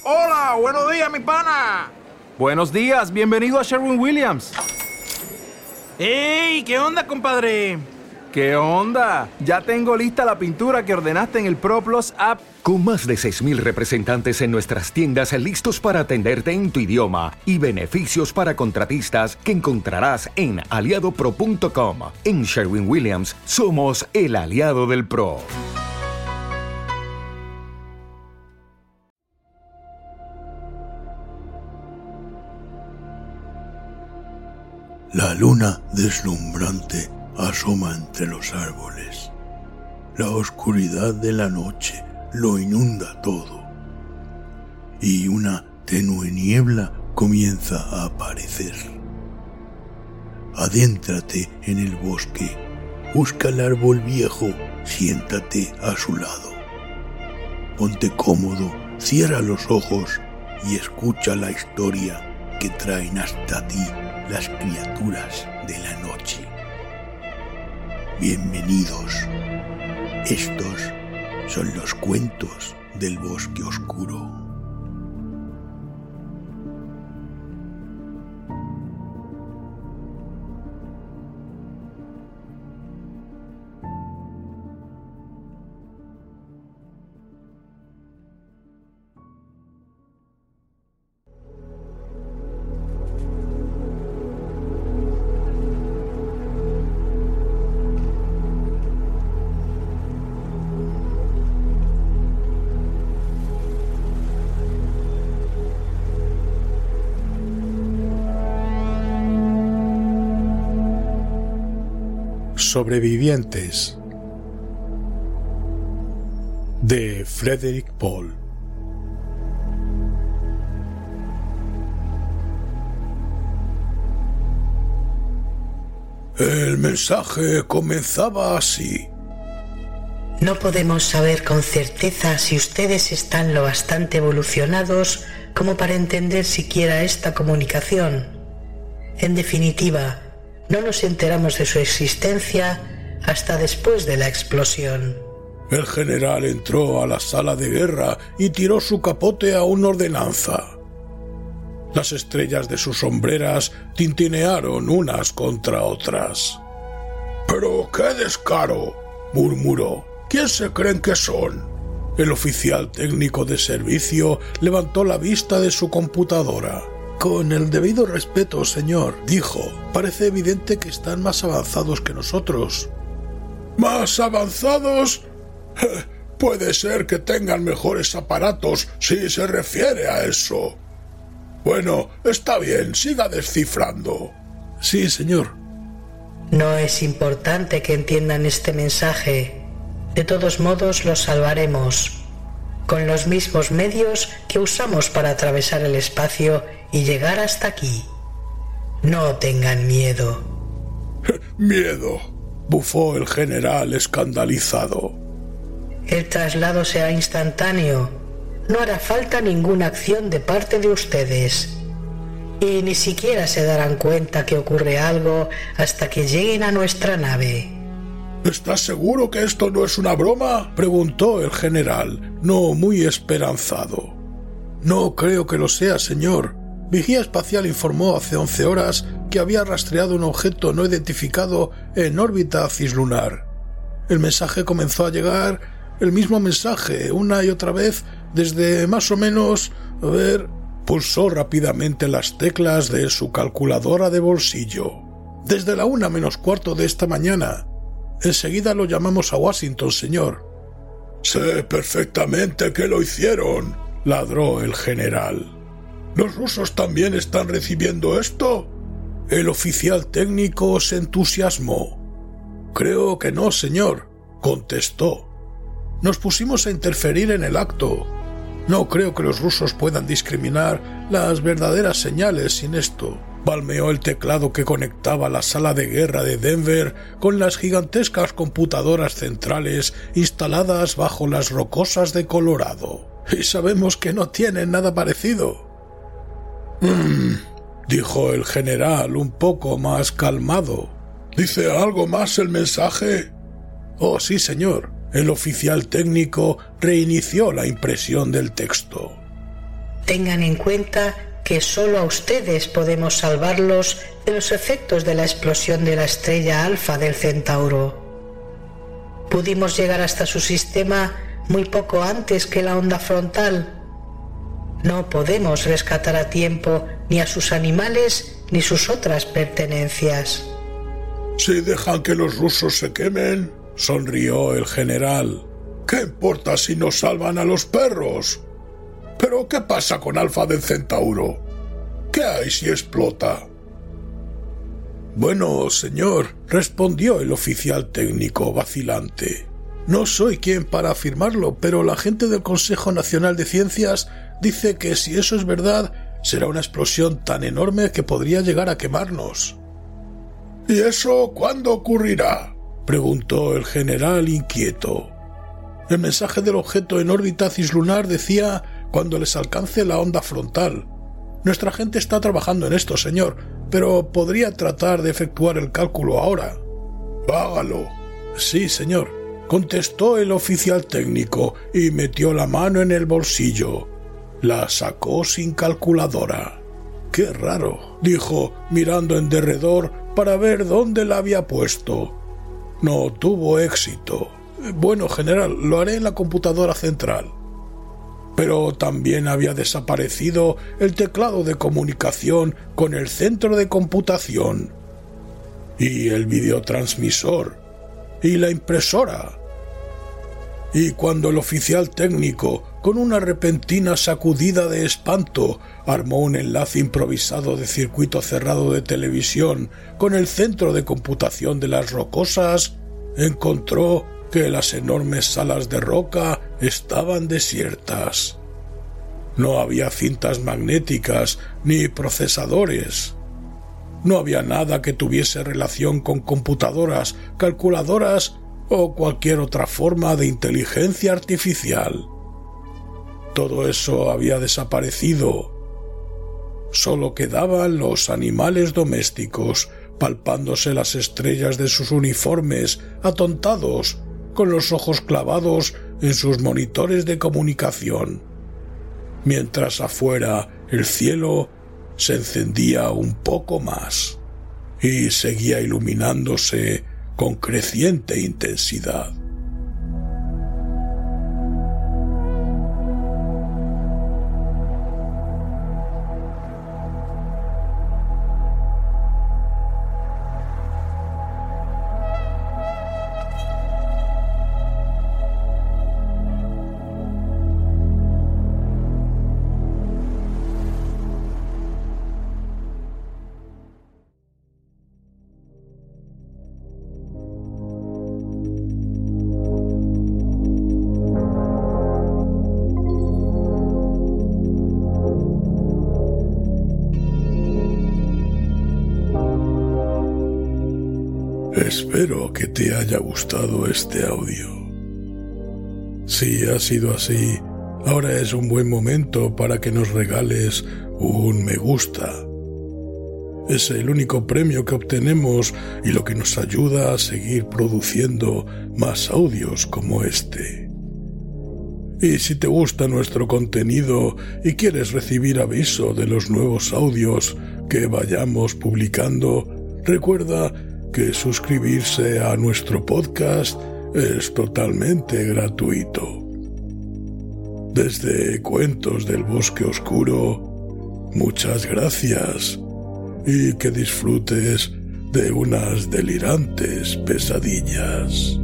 Hola, buenos días, mi pana. Buenos días, bienvenido a Sherwin-Williams. ¡Ey! ¿Qué onda, compadre? ¿Qué onda? Ya tengo lista la pintura que ordenaste en el ProPlus app. Con más de 6,000 representantes en nuestras tiendas listos para atenderte en tu idioma y beneficios para contratistas que encontrarás en aliadopro.com. En Sherwin-Williams somos el aliado del pro. La luna deslumbrante asoma entre los árboles. La oscuridad de la noche lo inunda todo. Y una tenue niebla comienza a aparecer. Adéntrate en el bosque. Busca el árbol viejo. Siéntate a su lado. Ponte cómodo, cierra los ojos y escucha la historia que traen hasta ti las criaturas de la noche. Bienvenidos. Estos son los cuentos del bosque oscuro. Sobrevivientes de Frederik Pohl. El mensaje comenzaba así. No podemos saber con certeza si ustedes están lo bastante evolucionados como para entender siquiera esta comunicación. En definitiva, no nos enteramos de su existencia hasta después de la explosión. El general entró a la sala de guerra y tiró su capote a una ordenanza. Las estrellas de sus sombreras tintinearon unas contra otras. «¡Pero qué descaro!», murmuró. «¿Quién se creen que son?». El oficial técnico de servicio levantó la vista de su computadora. «Con el debido respeto, señor», dijo, «parece evidente que están más avanzados que nosotros». «¿Más avanzados? Puede ser que tengan mejores aparatos si se refiere a eso». «Bueno, está bien, siga descifrando». «Sí, señor». No es importante que entiendan este mensaje. De todos modos, los salvaremos. Con los mismos medios que usamos para atravesar el espacio y llegar hasta aquí. No tengan miedo. «Miedo», bufó el general escandalizado. El traslado será instantáneo. No hará falta ninguna acción de parte de ustedes. Y ni siquiera se darán cuenta que ocurre algo hasta que lleguen a nuestra nave. «¿Estás seguro que esto no es una broma?», preguntó el general, no muy esperanzado. «No creo que lo sea, señor. Vigía Espacial informó hace 11 horas que había rastreado un objeto no identificado en órbita cislunar. El mensaje comenzó a llegar, el mismo mensaje, una y otra vez, desde más o menos... Pulsó rápidamente las teclas de su calculadora de bolsillo. «Desde la 1:45 de esta mañana. Enseguida lo llamamos a Washington, señor». «Sé perfectamente que lo hicieron», ladró el general. «¿Los rusos también están recibiendo esto?». El oficial técnico se entusiasmó. «Creo que no, señor», contestó. «Nos pusimos a interferir en el acto. No creo que los rusos puedan discriminar las verdaderas señales sin esto». Palmeó el teclado que conectaba la sala de guerra de Denver con las gigantescas computadoras centrales instaladas bajo las rocosas de Colorado. «Y sabemos que no tienen nada parecido». Dijo el general un poco más calmado. «¿Dice algo más el mensaje?». «Oh, sí, señor». El oficial técnico reinició la impresión del texto. Tengan en cuenta que solo a ustedes podemos salvarlos de los efectos de la explosión de la estrella Alfa del Centauro. Pudimos llegar hasta su sistema muy poco antes que la onda frontal. No podemos rescatar a tiempo ni a sus animales ni sus otras pertenencias. Si dejan que los rusos se quemen, sonrió el general. ¿Qué importa si nos salvan a los perros? ¿Pero qué pasa con Alfa del Centauro? ¿Qué hay si explota? Bueno, señor, respondió el oficial técnico vacilante. No soy quien para afirmarlo, pero la gente del Consejo Nacional de Ciencias dice que si eso es verdad, será una explosión tan enorme que podría llegar a quemarnos. ¿Y eso cuándo ocurrirá?, preguntó el general inquieto. El mensaje del objeto en órbita cislunar decía cuando les alcance la onda frontal. Nuestra gente está trabajando en esto, señor, pero podría tratar de efectuar el cálculo ahora. Hágalo. Sí, señor, contestó el oficial técnico y metió la mano en el bolsillo. La sacó sin calculadora. Qué raro, dijo, mirando en derredor para ver dónde la había puesto. No tuvo éxito. Bueno, general, lo haré en la computadora central. Pero también había desaparecido el teclado de comunicación con el centro de computación, y el videotransmisor, y la impresora. Y cuando el oficial técnico, con una repentina sacudida de espanto, armó un enlace improvisado de circuito cerrado de televisión con el centro de computación de las Rocosas, encontró que las enormes salas de roca estaban desiertas. No había cintas magnéticas ni procesadores. No había nada que tuviese relación con computadoras, calculadoras o cualquier otra forma de inteligencia artificial. Todo eso había desaparecido. Solo quedaban los animales domésticos, palpándose las estrellas de sus uniformes, atontados, con los ojos clavados en sus monitores de comunicación, mientras afuera el cielo se encendía un poco más y seguía iluminándose con creciente intensidad. Espero que te haya gustado este audio. Si ha sido así, ahora es un buen momento para que nos regales un me gusta. Es el único premio que obtenemos y lo que nos ayuda a seguir produciendo más audios como este. Y si te gusta nuestro contenido y quieres recibir aviso de los nuevos audios que vayamos publicando, recuerda que suscribirse a nuestro podcast es totalmente gratuito. Desde Cuentos del Bosque Oscuro, muchas gracias y que disfrutes de unas delirantes pesadillas.